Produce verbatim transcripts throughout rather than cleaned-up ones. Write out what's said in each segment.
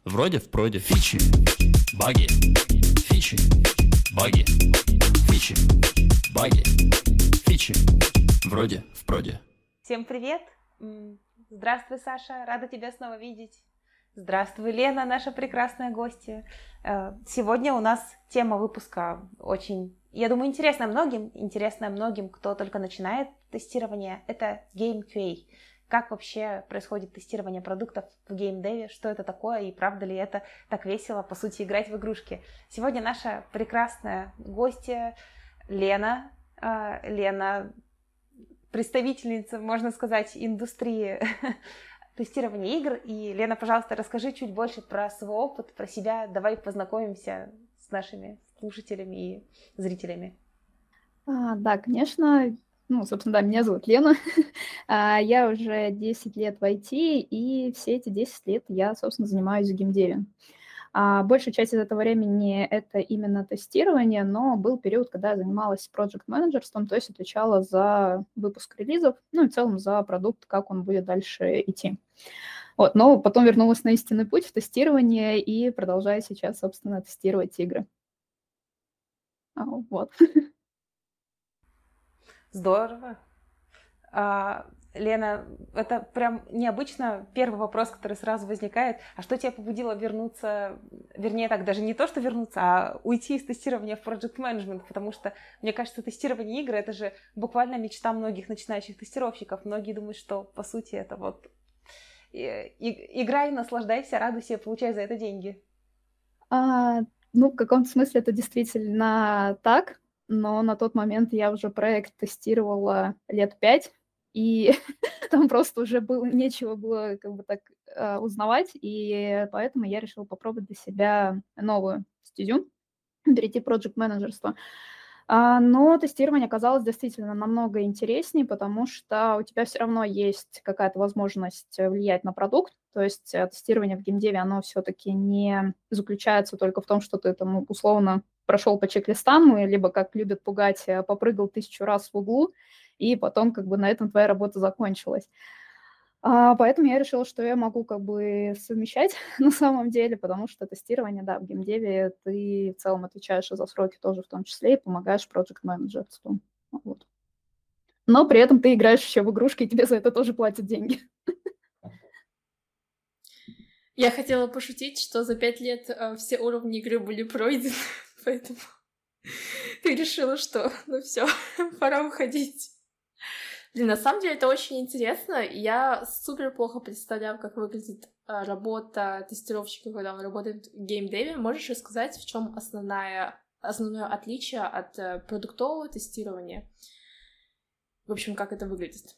Вроде в проде. Фичи, баги, фичи, баги, фичи, баги, фичи. Вроде в проде. Всем привет! Здравствуй, Саша, рада тебя снова видеть. Здравствуй, Лена, наша прекрасная гостья. Сегодня у нас тема выпуска очень, я думаю, интересная многим, интересная многим, кто только начинает тестирование. Это Game кью эй. Как вообще происходит тестирование продуктов в геймдеве, что это такое и правда ли это так весело, по сути, играть в игрушки. Сегодня наша прекрасная гостья Лена. Лена, представительница, можно сказать, индустрии тестирования игр. И, Лена, пожалуйста, расскажи чуть больше про свой опыт, про себя. Давай познакомимся с нашими слушателями и зрителями. А, да, конечно. Ну, собственно, да, меня зовут Лена. Я уже десять лет в ай ти, и все эти десять лет я, собственно, занимаюсь в геймдеве. Большая часть из этого времени это именно тестирование, но был период, когда я занималась проект-менеджерством, то есть отвечала за выпуск релизов, ну и в целом за продукт, как он будет дальше идти. Вот, но потом вернулась на истинный путь в тестирование и продолжаю сейчас, собственно, тестировать игры. Вот. Здорово. А, Лена, это прям необычно первый вопрос, который сразу возникает. А что тебя побудило вернуться, вернее так, даже не то, что вернуться, а уйти из тестирования в Project Management? Потому что, мне кажется, тестирование игр — это же буквально мечта многих начинающих тестировщиков. Многие думают, что, по сути, это вот и, и, играй, наслаждайся, радуйся, получай за это деньги. А, ну, в каком-то смысле это действительно так. Но на тот момент я уже проект тестировала лет пять, и там просто уже было, нечего было как бы так э, узнавать, и поэтому я решила попробовать для себя новую стезю, перейти в проект-менеджерство. А, но тестирование оказалось действительно намного интереснее, потому что у тебя все равно есть какая-то возможность влиять на продукт, то есть тестирование в геймдеве, оно все-таки не заключается только в том, что ты там условно прошел по чек-листам, либо, как любят пугать, попрыгал тысячу раз в углу, и потом как бы на этом твоя работа закончилась. А, поэтому я решила, что я могу как бы совмещать на самом деле, потому что тестирование, да, в геймдеве ты в целом отвечаешь за сроки тоже в том числе и помогаешь проект-менеджерству. Вот. Но при этом ты играешь еще в игрушки, и тебе за это тоже платят деньги. Я хотела пошутить, что за пять лет э, все уровни игры были пройдены, поэтому ты решила, что ну все, пора уходить. Блин, на самом деле это очень интересно. Я супер плохо представляю, как выглядит э, работа тестировщика, когда он работает в геймдеве. Можешь рассказать, в чем основная, основное отличие от э, продуктового тестирования? В общем, как это выглядит?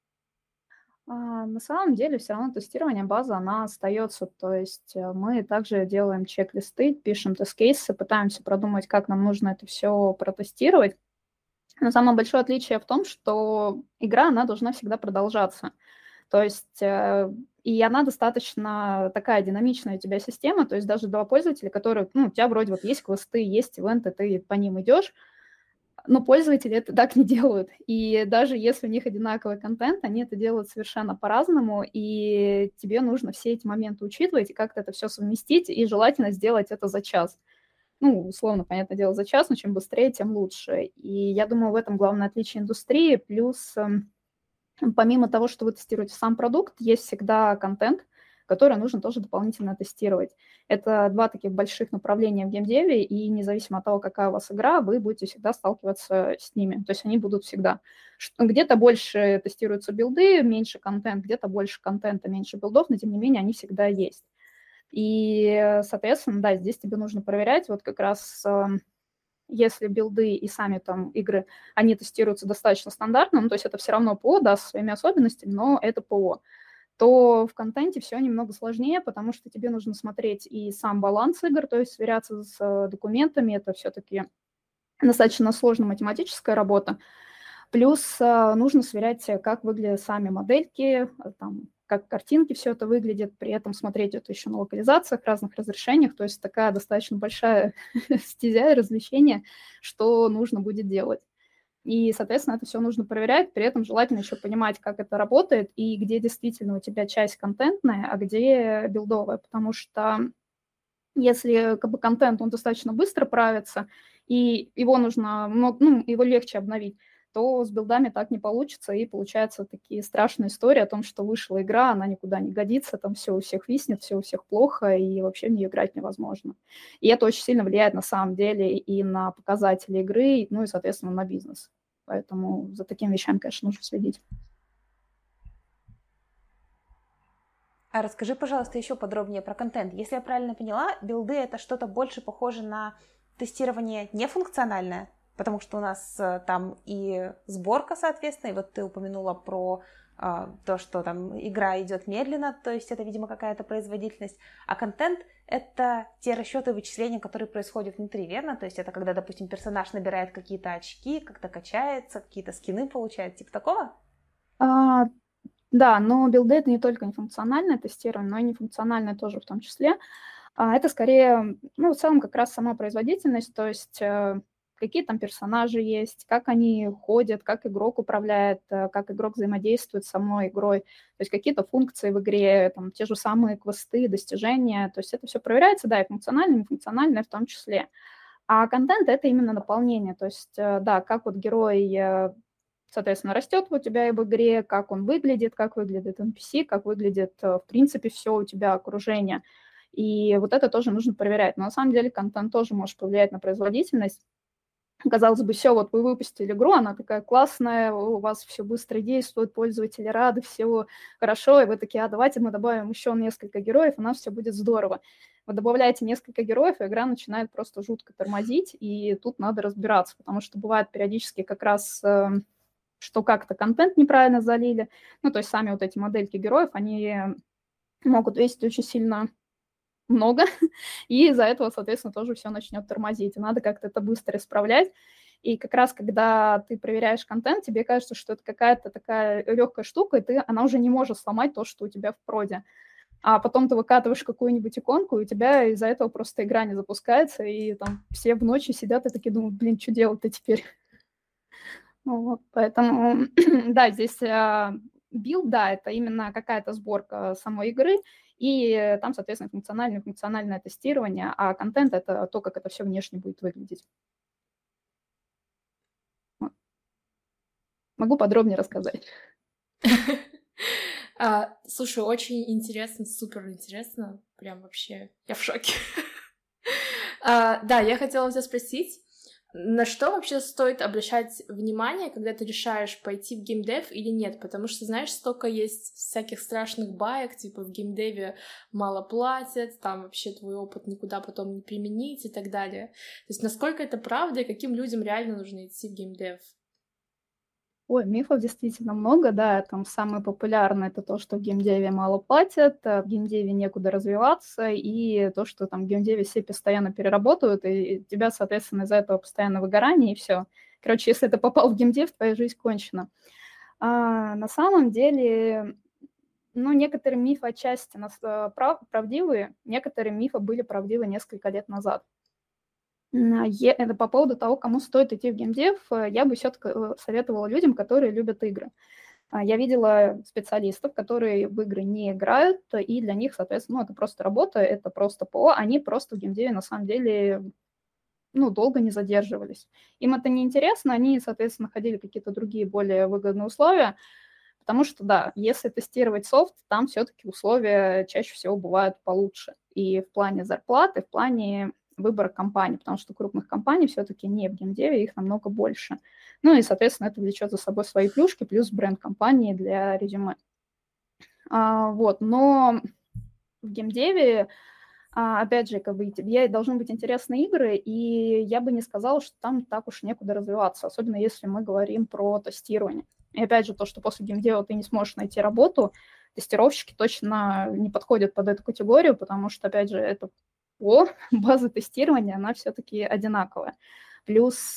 А, на самом деле все равно тестирование базы, она остается. То есть мы также делаем чек-листы, пишем тест-кейсы, пытаемся продумать, как нам нужно это все протестировать. Но самое большое отличие в том, что игра, она должна всегда продолжаться. То есть и она достаточно такая динамичная у тебя система, то есть даже два пользователя, которые, ну, у тебя вроде вот есть квесты, есть ивенты, ты по ним идешь, но пользователи это так не делают. И даже если у них одинаковый контент, они это делают совершенно по-разному, и тебе нужно все эти моменты учитывать и как-то это все совместить, и желательно сделать это за час. Ну, условно, понятное дело, за час, но чем быстрее, тем лучше. И я думаю, в этом главное отличие индустрии. Плюс, помимо того, что вы тестируете сам продукт, есть всегда контент, который нужно тоже дополнительно тестировать. Это два таких больших направления в геймдеве, и независимо от того, какая у вас игра, вы будете всегда сталкиваться с ними. То есть они будут всегда. Где-то больше тестируются билды, меньше контент, где-то больше контента, меньше билдов, но тем не менее они всегда есть. И, соответственно, да, здесь тебе нужно проверять, вот как раз если билды и сами там игры, они тестируются достаточно стандартно, ну, то есть это все равно ПО, да, со своими особенностями, но это ПО, то в контенте все немного сложнее, потому что тебе нужно смотреть и сам баланс игр, то есть сверяться с документами, это все-таки достаточно сложная математическая работа. Плюс нужно сверять, как выглядят сами модельки, там, как картинки все это выглядит, при этом смотреть это еще на локализациях, разных разрешениях, то есть такая достаточно большая стезя и развлечение, что нужно будет делать. И, соответственно, это все нужно проверять, при этом желательно еще понимать, как это работает и где действительно у тебя часть контентная, а где билдовая, потому что Если как бы контент, он достаточно быстро правится, и его нужно, ну, его легче обновить, то с билдами так не получится, и получаются такие страшные истории о том, что вышла игра, она никуда не годится, там все у всех виснет, все у всех плохо, и вообще в нее играть невозможно. И это очень сильно влияет на самом деле и на показатели игры, ну и, соответственно, на бизнес. Поэтому за такими вещами, конечно, нужно следить. А расскажи, пожалуйста, еще подробнее про контент. Если я правильно поняла, билды — это что-то больше похоже на тестирование нефункциональное, потому что у нас там и сборка, соответственно, и вот ты упомянула про а, то, что там игра идет медленно, то есть это, видимо, какая-то производительность, а контент — это те расчеты вычисления, которые происходят внутри, верно? То есть это когда, допустим, персонаж набирает какие-то очки, как-то качается, какие-то скины получает, типа такого? А, да, но билды — это не только нефункциональное тестирование, но и нефункциональное тоже в том числе. А, это скорее, ну, в целом как раз сама производительность, то есть какие там персонажи есть, как они ходят, как игрок управляет, как игрок взаимодействует с самой игрой, то есть какие-то функции в игре, там, те же самые квесты, достижения, то есть это все проверяется, да, и функционально, и нефункционально в том числе. А контент — это именно наполнение, то есть, да, как вот герой, соответственно, растет у тебя в игре, как он выглядит, как выглядит эн пи си, как выглядит, в принципе, все у тебя окружение. И вот это тоже нужно проверять. Но на самом деле контент тоже может повлиять на производительность. Казалось бы, все, вот вы выпустили игру, она такая классная, у вас все быстро действует, пользователи рады, все хорошо, и вы такие, а давайте мы добавим еще несколько героев, у нас все будет здорово. Вы добавляете несколько героев, и игра начинает просто жутко тормозить, и тут надо разбираться, потому что бывает периодически как раз, что как-то контент неправильно залили, ну, то есть сами вот эти модельки героев, они могут весить очень сильно много, и из-за этого, соответственно, тоже все начнет тормозить. И надо как-то это быстро исправлять. И как раз, когда ты проверяешь контент, тебе кажется, что это какая-то такая легкая штука, и ты, она уже не может сломать то, что у тебя в проде. А потом ты выкатываешь какую-нибудь иконку, и у тебя из-за этого просто игра не запускается, и там все в ночи сидят и такие думают, блин, что делать-то теперь? Вот, поэтому, да, здесь билд, да, это именно какая-то сборка самой игры, и там, соответственно, функциональное, функциональное тестирование, а контент — это то, как это все внешне будет выглядеть. Вот. Могу подробнее рассказать. А, слушай, очень интересно, супер интересно, прям вообще, я в шоке. а, да, я хотела тебя спросить, на что вообще стоит обращать внимание, когда ты решаешь пойти в геймдев или нет? Потому что, знаешь, столько есть всяких страшных баек, типа в геймдеве мало платят, там вообще твой опыт никуда потом не применить и так далее. То есть насколько это правда и каким людям реально нужно идти в геймдев? Ой, мифов действительно много, да, там самое популярное — это то, что в геймдеве мало платят, в геймдеве некуда развиваться, и то, что там в геймдеве все постоянно переработают, и тебя, соответственно, из-за этого постоянно выгорание, и все. Короче, если ты попал в геймдев, твоя жизнь кончена. А на самом деле, ну, некоторые мифы отчасти прав, правдивые, некоторые мифы были правдивы несколько лет назад. Это по поводу того, кому стоит идти в геймдев, я бы все-таки советовала людям, которые любят игры. Я видела специалистов, которые в игры не играют, и для них, соответственно, ну, это просто работа, это просто ПО, они просто в геймдеве на самом деле, ну, долго не задерживались. Им это не интересно, они, соответственно, находили какие-то другие более выгодные условия, потому что, да, если тестировать софт, там все-таки условия чаще всего бывают получше. И в плане зарплаты, в плане выбора компаний, потому что крупных компаний все-таки не в геймдеве, их намного больше. Ну и, соответственно, это влечет за собой свои плюшки, плюс бренд компании для резюме. А, вот, но в геймдеве, а, опять же, как бы, тебе должны быть интересные игры, и я бы не сказала, что там так уж некуда развиваться, особенно если мы говорим про тестирование. И опять же, то, что после геймдева ты не сможешь найти работу, тестировщики точно не подходят под эту категорию, потому что, опять же, это по база тестирования, она все-таки одинаковая. Плюс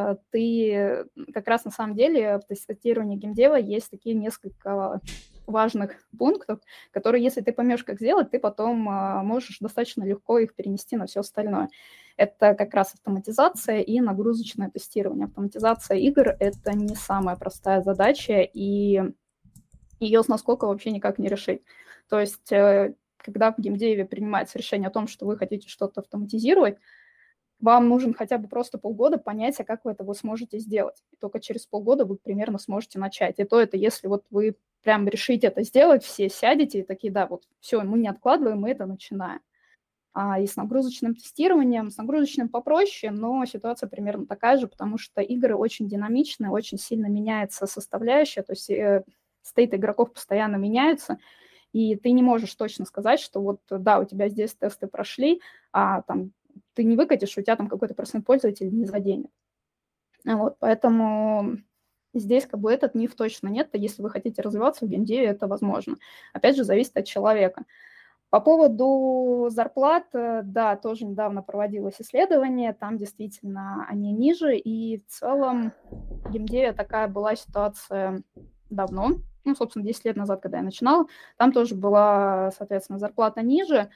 ты как раз на самом деле в тестировании геймдева есть такие несколько важных пунктов, которые, если ты поймешь, как сделать, ты потом можешь достаточно легко их перенести на все остальное. Это как раз автоматизация и нагрузочное тестирование. Автоматизация игр — это не самая простая задача, и ее насколько вообще никак не решить. То есть когда в геймдеве принимается решение о том, что вы хотите что-то автоматизировать, вам нужен хотя бы просто полгода понять, а как вы это вы сможете сделать. И только через полгода вы примерно сможете начать. И то это, если вот вы прям решите это сделать, все сядете и такие, да, вот все, мы не откладываем, мы это начинаем. А и с нагрузочным тестированием, с нагрузочным попроще, но ситуация примерно такая же, потому что игры очень динамичны, очень сильно меняется составляющая, то есть э, стейт игроков постоянно меняются, и ты не можешь точно сказать, что вот, да, у тебя здесь тесты прошли, а там ты не выкатишь, у тебя там какой-то процент пользователей не заденет. Вот, поэтому здесь как бы этот миф точно нет, а если вы хотите развиваться в геймдеве, это возможно. Опять же, зависит от человека. По поводу зарплат, да, тоже недавно проводилось исследование, там действительно они ниже, и в целом в геймдеве такая была ситуация давно, ну, собственно, десять лет назад, когда я начинала, там тоже была, соответственно, зарплата ниже,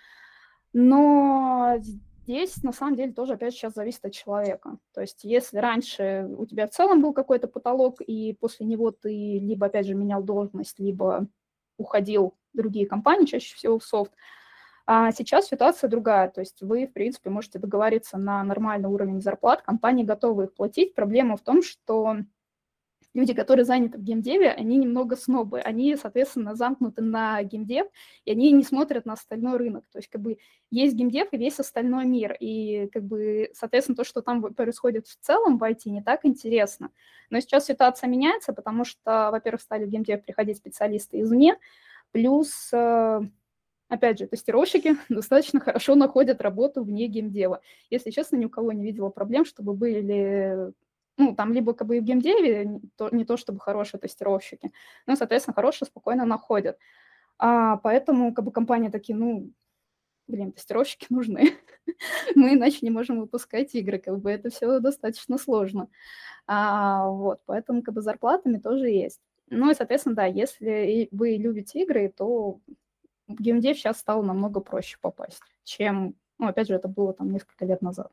но здесь, на самом деле, тоже, опять же, сейчас зависит от человека. То есть если раньше у тебя в целом был какой-то потолок, и после него ты либо, опять же, менял должность, либо уходил в другие компании, чаще всего в софт, а сейчас ситуация другая. То есть вы, в принципе, можете договориться на нормальный уровень зарплат, компании готовы их платить. Проблема в том, что люди, которые заняты в геймдеве, они немного снобы, они, соответственно, замкнуты на геймдев, и они не смотрят на остальной рынок. То есть, как бы, есть геймдев и весь остальной мир, и, как бы, соответственно, то, что там происходит в целом в ай ти, не так интересно. Но сейчас ситуация меняется, потому что, во-первых, стали в геймдев приходить специалисты извне, плюс, опять же, тестировщики достаточно хорошо находят работу вне геймдева. Если честно, ни у кого не видела проблем, чтобы были... Ну, там либо как бы и в геймдеве не то, не то чтобы хорошие тестировщики, но, соответственно, хорошие спокойно находят. А, поэтому как бы компании такие, ну, блин, тестировщики нужны. Мы иначе не можем выпускать игры, как бы это все достаточно сложно. А, вот, поэтому как бы зарплатами тоже есть. Ну и, соответственно, да, если вы любите игры, то в геймдев сейчас стало намного проще попасть, чем, ну, опять же, это было там несколько лет назад.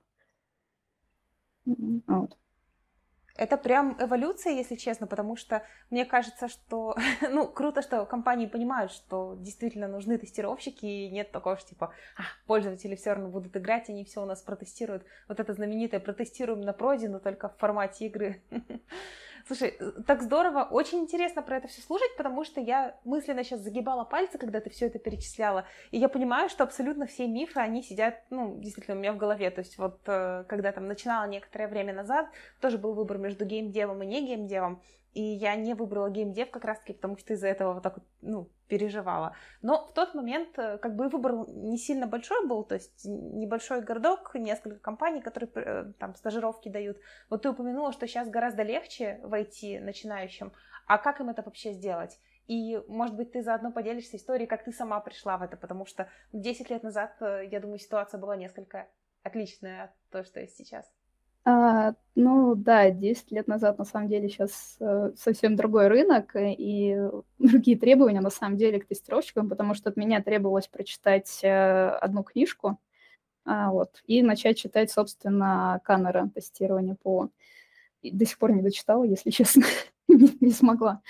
Вот. Это прям эволюция, если честно, потому что мне кажется, что, ну, круто, что компании понимают, что действительно нужны тестировщики, и нет такого, что типа, а, пользователи все равно будут играть, они все у нас протестируют. Вот это знаменитое «протестируем на проде», но только в формате игры. Слушай, так здорово, очень интересно про это все слушать, потому что я мысленно сейчас загибала пальцы, когда ты все это перечисляла, и я понимаю, что абсолютно все мифы, они сидят, ну, действительно, у меня в голове. То есть вот, когда там начинала некоторое время назад, тоже был выбор между геймдевом и не геймдевом, и я не выбрала геймдев как раз-таки потому, что из-за этого вот так вот, ну, переживала. Но в тот момент как бы выбор не сильно большой был, то есть небольшой городок, несколько компаний, которые там стажировки дают. Вот ты упомянула, что сейчас гораздо легче в ай ти начинающим. А как им это вообще сделать? И, может быть, ты заодно поделишься историей, как ты сама пришла в это, потому что десять лет назад, я думаю, ситуация была несколько отличная от того, что есть сейчас. А, ну да, десять лет назад, на самом деле, сейчас э, совсем другой рынок и другие требования, на самом деле, к тестировщикам, потому что от меня требовалось прочитать э, одну книжку, а, вот, и начать читать, собственно, Каннера, тестирование ПО. И до сих пор не дочитала, если честно, не, не смогла.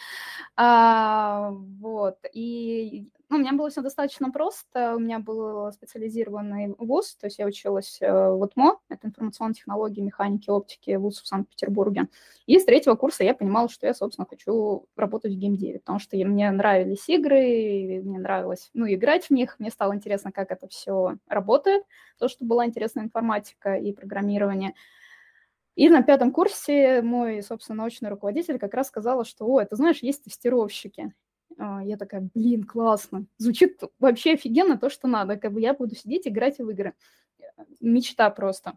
А, вот, и ну, у меня было все достаточно просто. У меня был специализированный вуз, то есть я училась в ИТМО, это информационные технологии, механики, оптики, вуз в Санкт-Петербурге. И с третьего курса я понимала, что я, собственно, хочу работать в геймдеве, потому что мне нравились игры, мне нравилось, ну, играть в них, мне стало интересно, как это все работает, то, что была интересная информатика и программирование. И на пятом курсе мой, собственно, научный руководитель как раз сказала, что, о, это, знаешь, есть тестировщики. Я такая, блин, классно. Звучит вообще офигенно то, что надо. Как бы я буду сидеть, играть в игры. Мечта просто.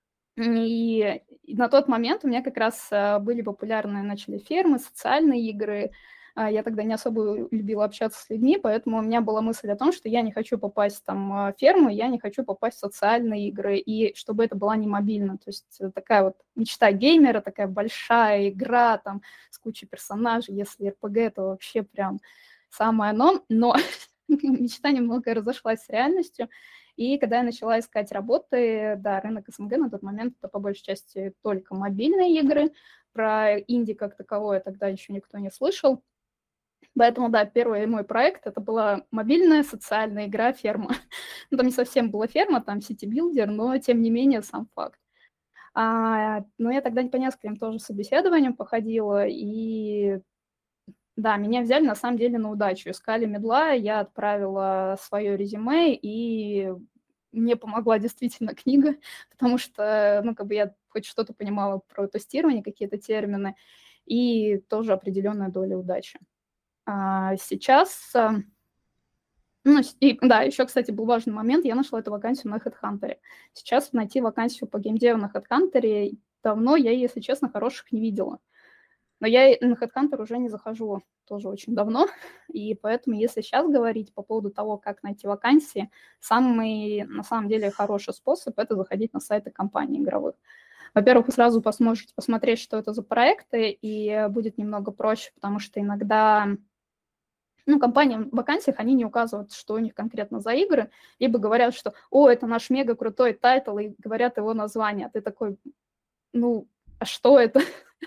И, и на тот момент у меня как раз были популярны, начали фермы, социальные игры. Я тогда не особо любила общаться с людьми, поэтому у меня была мысль о том, что я не хочу попасть там в ферму, я не хочу попасть в социальные игры, и чтобы это была не мобильно. То есть такая вот мечта геймера, такая большая игра там с кучей персонажей, если эр пи джи, это вообще прям самое оно. Но мечта немного разошлась с реальностью. И когда я начала искать работы, да, рынок эс эм гэ на тот момент это по большей части только мобильные игры, про инди как таковое тогда еще никто не слышал. Поэтому, да, первый мой проект — это была мобильная социальная игра «Ферма». Ну, там не совсем была ферма, там сити-билдер, но, тем не менее, сам факт. А, но я тогда по нескольким тоже собеседованиям походила, и, да, меня взяли, на самом деле, на удачу. Искали медла, я отправила свое резюме, и мне помогла действительно книга, потому что, ну, как бы я хоть что-то понимала про тестирование, какие-то термины, и тоже определенная доля удачи. А сейчас, ну, и, да, еще, кстати, был важный момент, я нашла эту вакансию на HeadHunter. Сейчас найти вакансию по геймдеву на HeadHunter давно я, если честно, хороших не видела. Но я на HeadHunter уже не захожу тоже очень давно, и поэтому, если сейчас говорить по поводу того, как найти вакансии, самый, на самом деле, хороший способ – это заходить на сайты компаний игровых. Во-первых, вы сразу посмотрите, посмотреть, что это за проекты, и будет немного проще, потому что иногда, ну, компаниям в вакансиях они не указывают, что у них конкретно за игры, либо говорят, что «О, это наш мега крутой тайтл», и говорят его название. А ты такой, ну, а что это?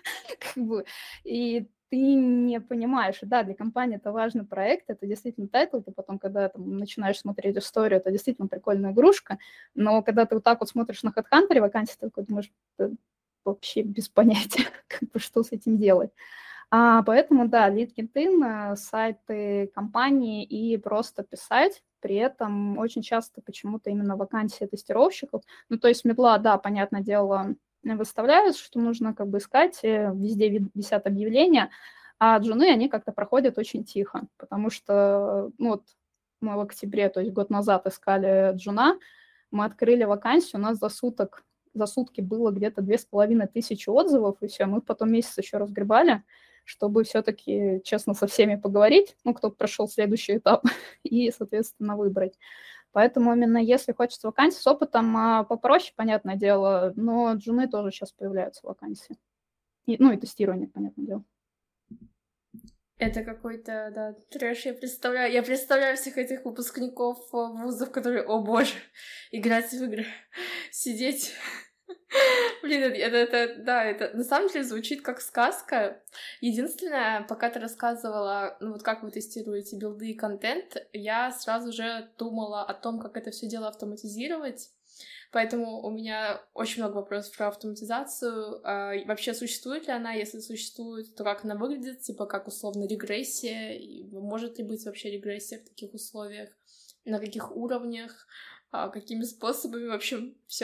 И ты не понимаешь. Да, для компании это важный проект, это действительно тайтл, ты потом, когда там начинаешь смотреть историю, это действительно прикольная игрушка, но когда ты вот так вот смотришь на HeadHunter вакансии, ты такой думаешь, вообще без понятия, как бы, что с этим делать. А, поэтому, да, LinkedIn, сайты компании и просто писать. При этом очень часто почему-то именно вакансии тестировщиков. Ну, то есть медла, да, понятное дело, выставляют, что нужно как бы искать, везде висят объявления, а джуны, они как-то проходят очень тихо, потому что, ну, вот мы в октябре, то есть год назад искали джуна, мы открыли вакансию, у нас за суток, за сутки было где-то две с половиной тысячи отзывов, и все, мы потом месяц еще разгребали, чтобы все-таки честно со всеми поговорить, ну, кто прошел следующий этап, и, соответственно, выбрать. Поэтому именно если хочется вакансий с опытом, попроще, понятное дело, но джуны тоже сейчас появляются вакансии. И, ну, и тестирование, понятное дело. Это какой-то, да, трэш, я представляю. Я представляю всех этих выпускников вузов, которые, о боже, играть в игры, сидеть... Блин, это, это, да, это на самом деле звучит как сказка. Единственное, пока ты рассказывала, ну вот как вы тестируете билды и контент, я сразу же думала о том, как это все дело автоматизировать. Поэтому у меня очень много вопросов про автоматизацию. А вообще существует ли она? Если существует, то как она выглядит? Типа как условно регрессия? И может ли быть вообще регрессия в таких условиях? На каких уровнях? А какими способами? В общем, все.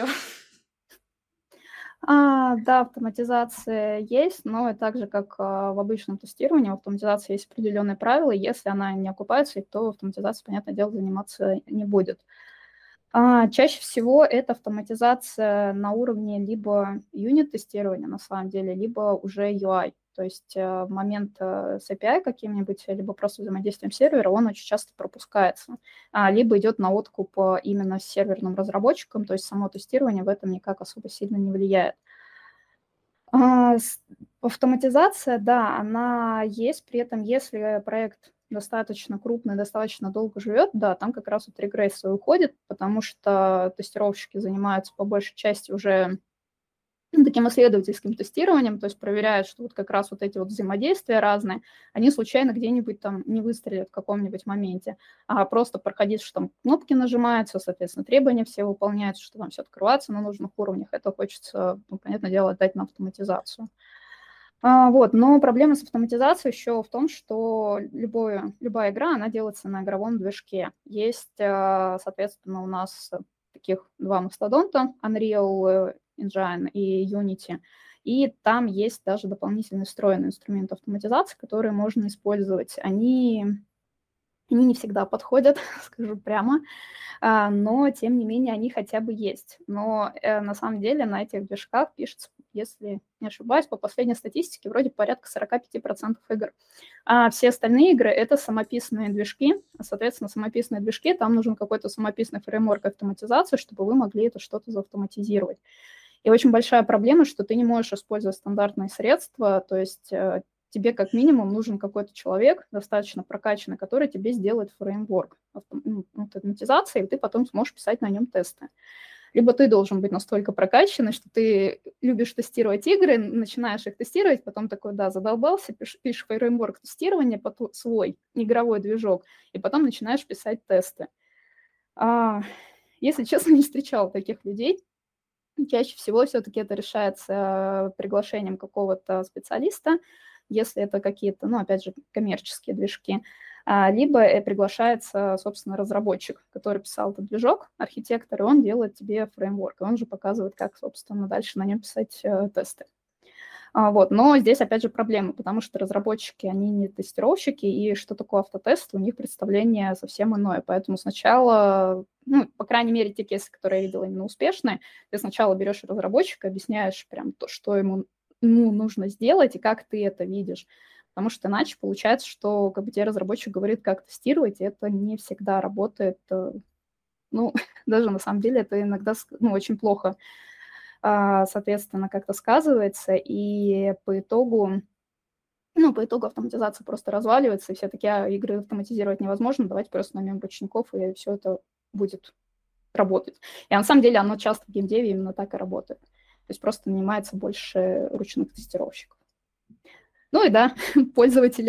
А, да, автоматизация есть, но так же, как а, в обычном тестировании, в автоматизации есть определенные правила, и если она не окупается, то автоматизацией, понятное дело, заниматься не будет. А, чаще всего это автоматизация на уровне либо юнит-тестирования, на самом деле, либо уже ю ай. То есть в момент с эй пи ай каким-нибудь, либо просто взаимодействием сервера, он очень часто пропускается. А, либо идет на откуп именно с серверным разработчиком, то есть само тестирование в этом никак особо сильно не влияет. А, автоматизация, да, она есть, при этом если проект достаточно крупный, достаточно долго живет, да, там как раз вот регрессия уходит, потому что тестировщики занимаются по большей части уже таким исследовательским тестированием, то есть проверяют, что вот как раз вот эти вот взаимодействия разные, они случайно где-нибудь там не выстрелят в каком-нибудь моменте, а просто проходить, что там кнопки нажимаются, соответственно, требования все выполняются, что там все открывается на нужных уровнях. Это хочется, ну, понятное дело, отдать на автоматизацию. А, вот, но проблема с автоматизацией еще в том, что любое, любая игра, она делается на игровом движке. Есть, соответственно, у нас таких два мастодонта, Unreal Engine и Unity, и там есть даже дополнительный встроенный инструмент автоматизации, который можно использовать. Они, они не всегда подходят, скажу прямо, но, тем не менее, они хотя бы есть. Но на самом деле на этих движках пишется, если не ошибаюсь, по последней статистике, вроде порядка сорок пять процентов игр. А все остальные игры — это самописные движки. Соответственно, самописные движки, там нужен какой-то самописный фреймворк автоматизации, чтобы вы могли это что-то заавтоматизировать. И очень большая проблема, что ты не можешь использовать стандартные средства, то есть тебе как минимум нужен какой-то человек, достаточно прокачанный, который тебе сделает фреймворк автоматизации, и ты потом сможешь писать на нем тесты. Либо ты должен быть настолько прокачанный, что ты любишь тестировать игры, начинаешь их тестировать, потом такой, да, задолбался, пишешь, пишешь фреймворк тестирования, свой игровой движок, и потом начинаешь писать тесты. А, если честно, не встречала таких людей. Чаще всего все-таки это решается приглашением какого-то специалиста, если это какие-то, ну, опять же, коммерческие движки, либо приглашается, собственно, разработчик, который писал этот движок, архитектор, и он делает тебе фреймворк, и он же показывает, как, собственно, дальше на нем писать тесты. Вот. Но здесь, опять же, проблема, потому что разработчики, они не тестировщики, и что такое автотест, у них представление совсем иное. Поэтому сначала, ну, по крайней мере, те кейсы, которые я видела именно успешные, ты сначала берешь разработчика, объясняешь прям то, что ему, ему нужно сделать и как ты это видишь. Потому что иначе получается, что как бы тебе разработчик говорит, как тестировать, и это не всегда работает. Ну, даже на самом деле это иногда, ну, очень плохо, соответственно, как-то сказывается, и по итогу, ну, по итогу автоматизация просто разваливается, и все такие игры автоматизировать невозможно, давайте просто наймем учеников, и все это будет работать. И на самом деле оно часто в геймдеве именно так и работает. То есть просто нанимается больше ручных тестировщиков. Ну и да, пользователи.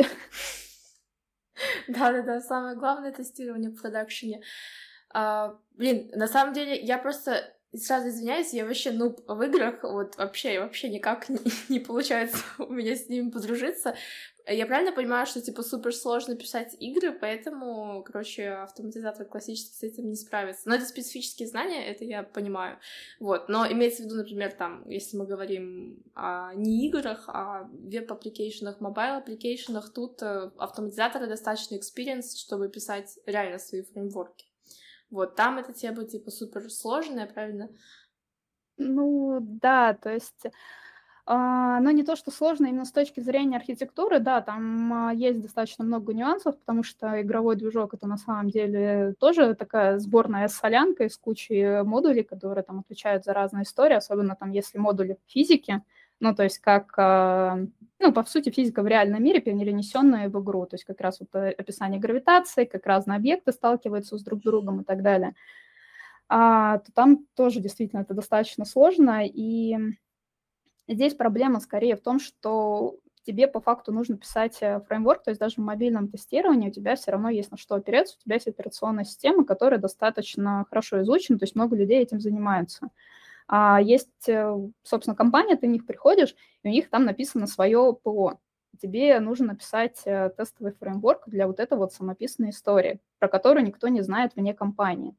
Да-да-да, самое главное — тестирование в продакшене. А, блин, на самом деле я просто... Сразу извиняюсь, я вообще нуб в играх, вот вообще, вообще никак не, не получается у меня с ними подружиться. Я правильно понимаю, что, типа, супер сложно писать игры, поэтому, короче, автоматизатор классический с этим не справится. Но это специфические знания, это я понимаю. Вот, но имеется в виду, например, там, если мы говорим о не играх, а веб-аппликейшенах, мобайл-аппликейшенах, тут автоматизатора достаточно экспириенс, чтобы писать реально свои фреймворки. Вот, там эта тема, типа, супер сложная, правильно? Ну, да, то есть, а, но не то, что сложно, именно с точки зрения архитектуры, да, там а, есть достаточно много нюансов, потому что игровой движок — это на самом деле тоже такая сборная солянка из кучи модулей, которые там отвечают за разные истории, особенно там, если модули физики, ну, то есть как, а, ну, по сути, физика в реальном мире, перенесенная в игру, то есть как раз вот описание гравитации, как разные объекты сталкиваются с друг другом и так далее, а, то там тоже действительно это достаточно сложно, и здесь проблема скорее в том, что тебе по факту нужно писать фреймворк, то есть даже в мобильном тестировании у тебя все равно есть на что опереться, у тебя есть операционная система, которая достаточно хорошо изучена, то есть много людей этим занимаются. А есть, собственно, компания, ты в них приходишь, и у них там написано свое ПО. Тебе нужно написать тестовый фреймворк для вот этой вот самописной истории, про которую никто не знает вне компании.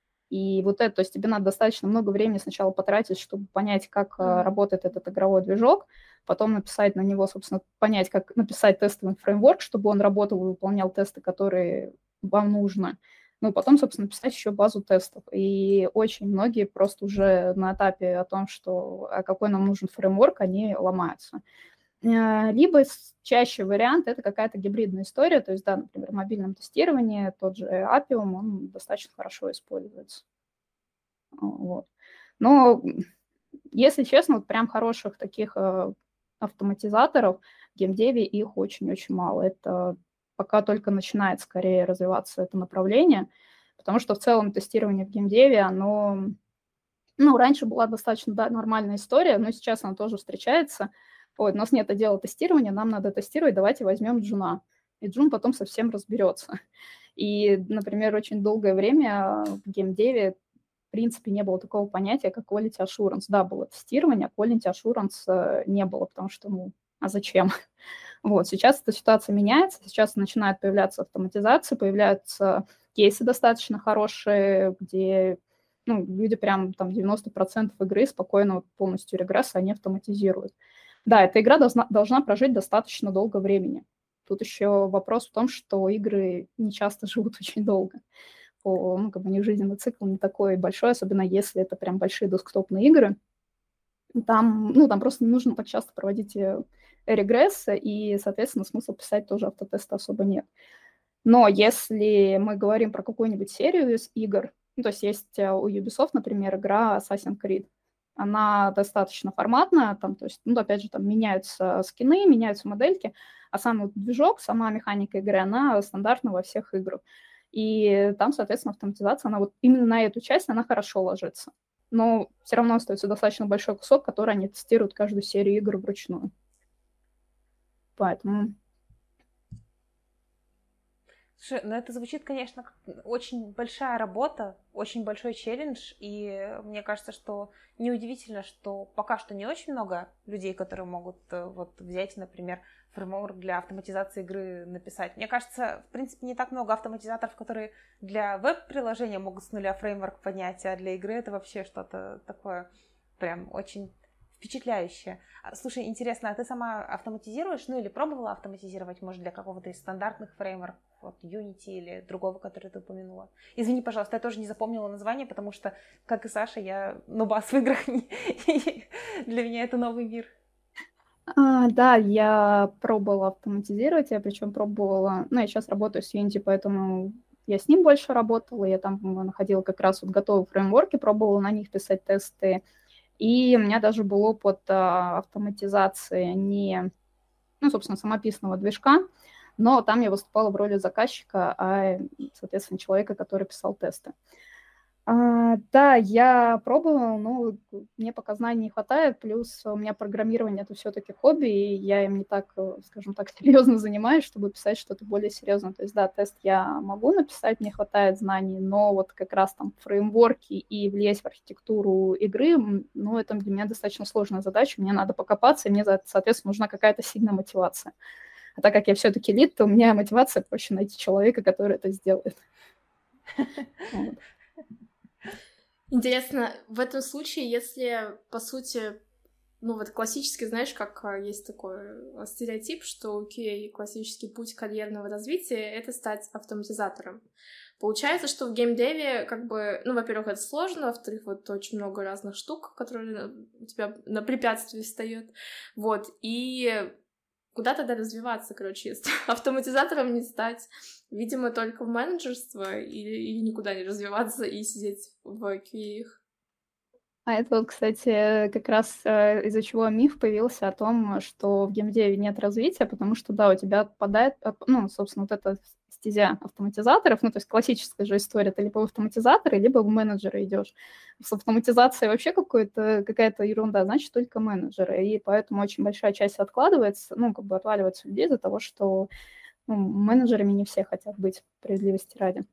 И вот это, то есть тебе надо достаточно много времени сначала потратить, чтобы понять, как mm-hmm. работает этот игровой движок, потом написать на него, собственно, понять, как написать тестовый фреймворк, чтобы он работал и выполнял тесты, которые вам нужно. Ну и потом, собственно, писать еще базу тестов. И очень многие просто уже на этапе о том, что а какой нам нужен фреймворк, они ломаются. Либо чаще вариант – это какая-то гибридная история, то есть, да, например, в мобильном тестировании тот же Appium, он достаточно хорошо используется. Вот. Но, если честно, вот прям хороших таких автоматизаторов в геймдеве их очень-очень мало. Это пока только начинает скорее развиваться это направление, потому что в целом тестирование в геймдеве, оно, ну, раньше была достаточно, да, нормальная история, но сейчас она тоже встречается. Ой, у нас нет отдела тестирования, нам надо тестировать, давайте возьмем джуна. И джун потом совсем разберется. И, например, очень долгое время в геймдеве в принципе не было такого понятия, как quality assurance. Да, было тестирование, а quality assurance не было, потому что, ну, а зачем? Вот, сейчас эта ситуация меняется, сейчас начинает появляться автоматизация, появляются кейсы достаточно хорошие, где, ну, люди прям там девяносто процентов игры спокойно вот, полностью регресса они автоматизируют. Да, эта игра должна, должна прожить достаточно долго времени. Тут еще вопрос в том, что игры не часто живут очень долго. По, ну, как бы у них жизненный цикл не такой большой, особенно если это прям большие десктопные игры. Там, ну, там просто не нужно так часто проводить регресс, и, соответственно, смысла писать тоже автотесты особо нет. Но если мы говорим про какую-нибудь серию из игр, ну, то есть есть у Ubisoft, например, игра Assassin's Creed, она достаточно форматная, там, то есть, ну, опять же, там меняются скины, меняются модельки, а сам вот движок, сама механика игры, она стандартна во всех играх. И там, соответственно, автоматизация, она вот именно на эту часть, она хорошо ложится. но все равно остается достаточно большой кусок, который они тестируют каждую серию игр вручную. Поэтому... Слушай, ну это звучит, конечно, как очень большая работа, очень большой челлендж, и мне кажется, что неудивительно, что пока что не очень много людей, которые могут вот взять, например, фреймворк для автоматизации игры написать. Мне кажется, в принципе, не так много автоматизаторов, которые для веб-приложения могут с нуля фреймворк поднять, а для игры это вообще что-то такое прям очень впечатляющее. Слушай, интересно, а ты сама автоматизируешь, ну или пробовала автоматизировать, может, для какого-то из стандартных фреймворков, вот Unity или другого, который ты упомянула? Извини, пожалуйста, я тоже не запомнила название, потому что, как и Саша, я нубас в играх, для меня это новый мир. А, да, я пробовала автоматизировать, я причем пробовала, ну, я сейчас работаю с Unity, поэтому я с ним больше работала, я там находила как раз вот готовые фреймворки, пробовала на них писать тесты, и у меня даже был опыт а, автоматизации не, ну, собственно, самописного движка, но там я выступала в роли заказчика, а, соответственно, человека, который писал тесты. А, да, я пробовала, но мне пока знаний не хватает, плюс у меня программирование – это все-таки хобби, и я им не так, скажем так, серьезно занимаюсь, чтобы писать что-то более серьезное. То есть, да, тест я могу написать, мне хватает знаний, но вот как раз там фреймворки и влиять в архитектуру игры, ну, это для меня достаточно сложная задача, мне надо покопаться, и мне, соответственно, нужна какая-то сильная мотивация. А так как я все-таки лид, то у меня мотивация проще найти человека, который это сделает. Интересно, в этом случае, если, по сути, ну вот классически, знаешь, как есть такой стереотип, что окей, классический путь карьерного развития — это стать автоматизатором. Получается, что в геймдеве, как бы, ну, во-первых, это сложно, во-вторых, вот очень много разных штук, которые у тебя на препятствии встают, вот, и куда тогда развиваться, короче, если автоматизатором не стать? Видимо, только в менеджерство или, или никуда не развиваться и сидеть в кью эй. А это вот, кстати, как раз э, из-за чего миф появился о том, что в геймдеве нет развития, потому что, да, у тебя отпадает, ну, собственно, вот эта стезя автоматизаторов, ну, то есть классическая же история, ты либо в автоматизаторы, либо в менеджеры идешь. С автоматизацией вообще какой-то, какая-то ерунда, значит, только менеджеры, и поэтому очень большая часть откладывается, ну, как бы отваливается людей из-за того, что ну, менеджерами не все хотят быть, справедливости ради.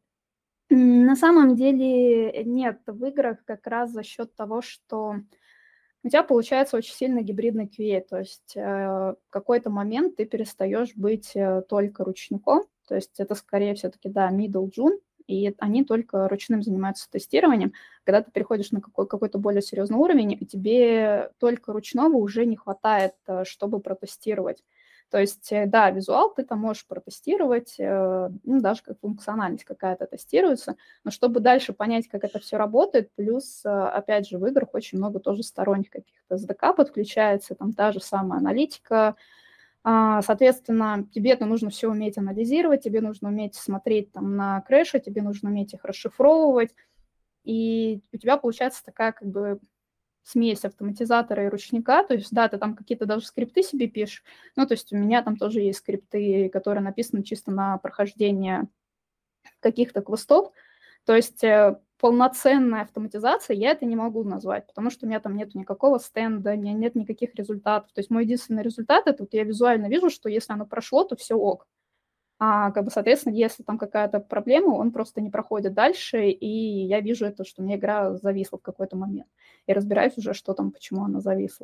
На самом деле нет, в играх как раз за счет того, что у тебя получается очень сильно гибридный кью эй, то есть э, в какой-то момент ты перестаешь быть э, только ручником, то есть это скорее все-таки, да, middle June, и они только ручным занимаются тестированием. Когда ты переходишь на какой- какой-то более серьезный уровень, и тебе только ручного уже не хватает, э, чтобы протестировать. То есть, да, визуал ты там можешь протестировать, ну, даже как функциональность какая-то тестируется, но чтобы дальше понять, как это все работает, плюс, опять же, в играх очень много тоже сторонних каких-то эс ди кей подключается, там та же самая аналитика. Соответственно, тебе это нужно все уметь анализировать, тебе нужно уметь смотреть там на крэши, тебе нужно уметь их расшифровывать, и у тебя получается такая как бы смесь автоматизатора и ручника, то есть, да, ты там какие-то даже скрипты себе пишешь, ну, то есть у меня там тоже есть скрипты, которые написаны чисто на прохождение каких-то квестов, то есть полноценная автоматизация я это не могу назвать, потому что у меня там нет никакого стенда, нет никаких результатов, то есть мой единственный результат – это вот я визуально вижу, что если оно прошло, то все ок. А, как бы, соответственно, если там какая-то проблема, он просто не проходит дальше, и я вижу это, что у меня игра зависла в какой-то момент. И разбираюсь уже, что там, почему она зависла.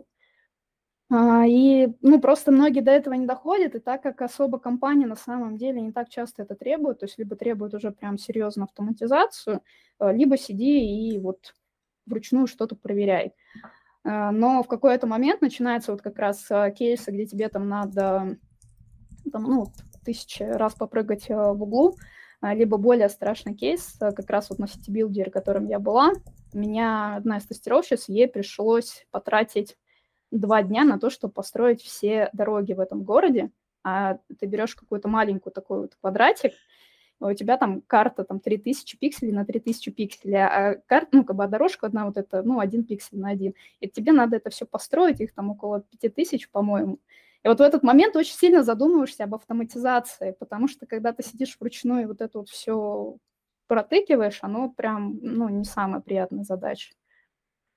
А, и, ну, просто многие до этого не доходят, и так как особо компания на самом деле не так часто это требует, то есть либо требует уже прям серьезную автоматизацию, либо сиди и вот вручную что-то проверяй. Но в какой-то момент начинается вот как раз кейсы, где тебе там надо, там, ну, тысячи раз попрыгать в углу, либо более страшный кейс, как раз вот на сити-билдере, которым я была, у меня одна из тестировщиц, ей пришлось потратить два дня на то, чтобы построить все дороги в этом городе, а ты берешь какую-то маленькую такой вот квадратик, у тебя там карта там три тысячи пикселей на три тысячи пикселей, а карта, ну, как бы дорожка одна вот это, ну, один пиксель на один, и тебе надо это все построить, их там около пять тысяч, по-моему. И вот в этот момент очень сильно задумываешься об автоматизации, потому что когда ты сидишь вручную и вот это вот все протыкиваешь, оно прям, ну, не самая приятная задача.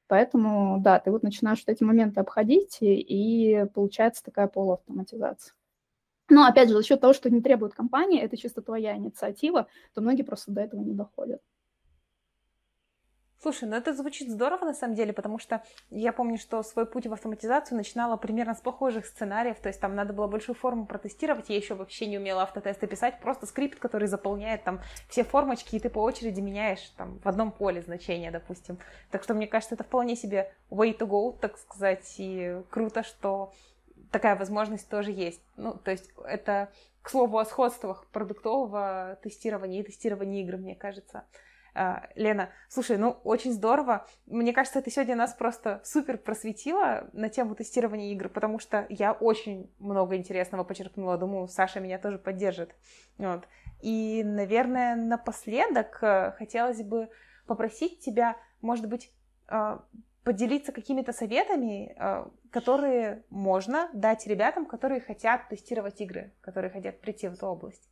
Поэтому, да, ты вот начинаешь вот эти моменты обходить, и, и получается такая полуавтоматизация. Но, опять же, за счет того, что не требует компании, это чисто твоя инициатива, то многие просто до этого не доходят. Слушай, ну это звучит здорово на самом деле, потому что я помню, что свой путь в автоматизацию начинала примерно с похожих сценариев, то есть там надо было большую форму протестировать, я еще вообще не умела автотесты писать, просто скрипт, который заполняет там все формочки, и ты по очереди меняешь там в одном поле значения, допустим. Так что мне кажется, это вполне себе way to go, так сказать, и круто, что такая возможность тоже есть. Ну, то есть это, к слову, о сходствах продуктового тестирования и тестирования игр, мне кажется. Лена, слушай, ну очень здорово. Мне кажется, ты сегодня нас просто супер просветила на тему тестирования игр, потому что я очень много интересного почерпнула. Думаю, Саша меня тоже поддержит. Вот. И, наверное, напоследок хотелось бы попросить тебя, может быть, поделиться какими-то советами, которые можно дать ребятам, которые хотят тестировать игры, которые хотят прийти в эту область.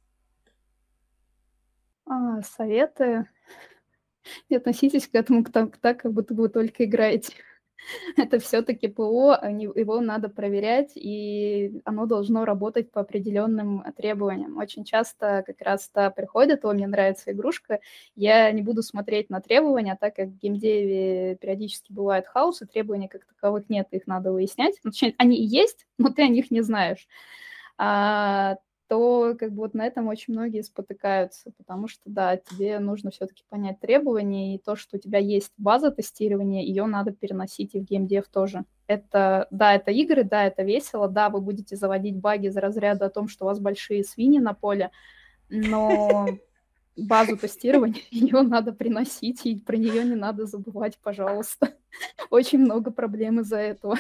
А, советы... Не относитесь к этому так, так, как будто вы только играете. Это все-таки ПО, его надо проверять, и оно должно работать по определенным требованиям. Очень часто как раз-то приходят: о, мне нравится игрушка, я не буду смотреть на требования, так как в геймдеве периодически бывают хаосы, требований как таковых нет, их надо выяснять. Ну, точнее, они и есть, но ты о них не знаешь. А, то как бы вот на этом очень многие спотыкаются, потому что, да, тебе нужно все-таки понять требования, и то, что у тебя есть база тестирования, ее надо переносить и в геймдев тоже. Это, да, это игры, да, это весело, да, вы будете заводить баги из разряда о том, что у вас большие свиньи на поле, но базу тестирования, ее надо приносить, и про нее не надо забывать, пожалуйста. Очень много проблем из-за этого.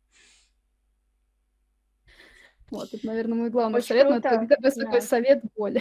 Вот, это, наверное, мой главный Очень совет, круто. но это как Да. такой совет боли.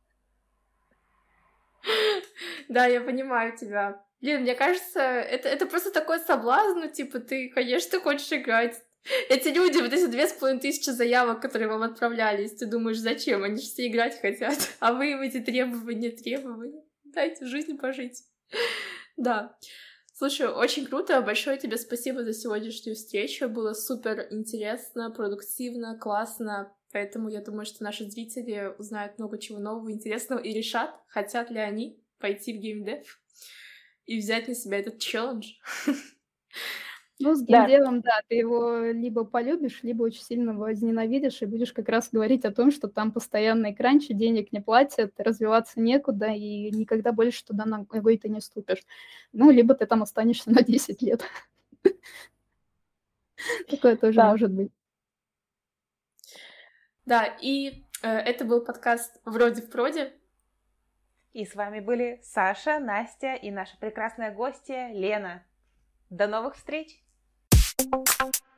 Да, я понимаю тебя. Блин, мне кажется, это, это просто такой соблазн, ну, типа, ты, конечно, хочешь играть. Эти люди, вот эти две с половиной тысячи заявок, которые вам отправлялись, ты думаешь, зачем? Они же все играть хотят. А вы им эти требования, требования. Дайте жизнь пожить. Да. Слушай, очень круто. Большое тебе спасибо за сегодняшнюю встречу. Было супер интересно, продуктивно, классно. Поэтому я думаю, что наши зрители узнают много чего нового, интересного и решат, хотят ли они пойти в геймдев и взять на себя этот челлендж. Ну, с геймдевом, да. да, ты его либо полюбишь, либо очень сильно возненавидишь, и будешь как раз говорить о том, что там постоянные кранчи, денег не платят, развиваться некуда, и никогда больше туда ногой ты не ступишь. Ну, либо ты там останешься на десять лет. Такое тоже может быть. Да, и это был подкаст «Вроде в проде». И с вами были Саша, Настя и наша прекрасная гостья Лена. До новых встреч! Thank you.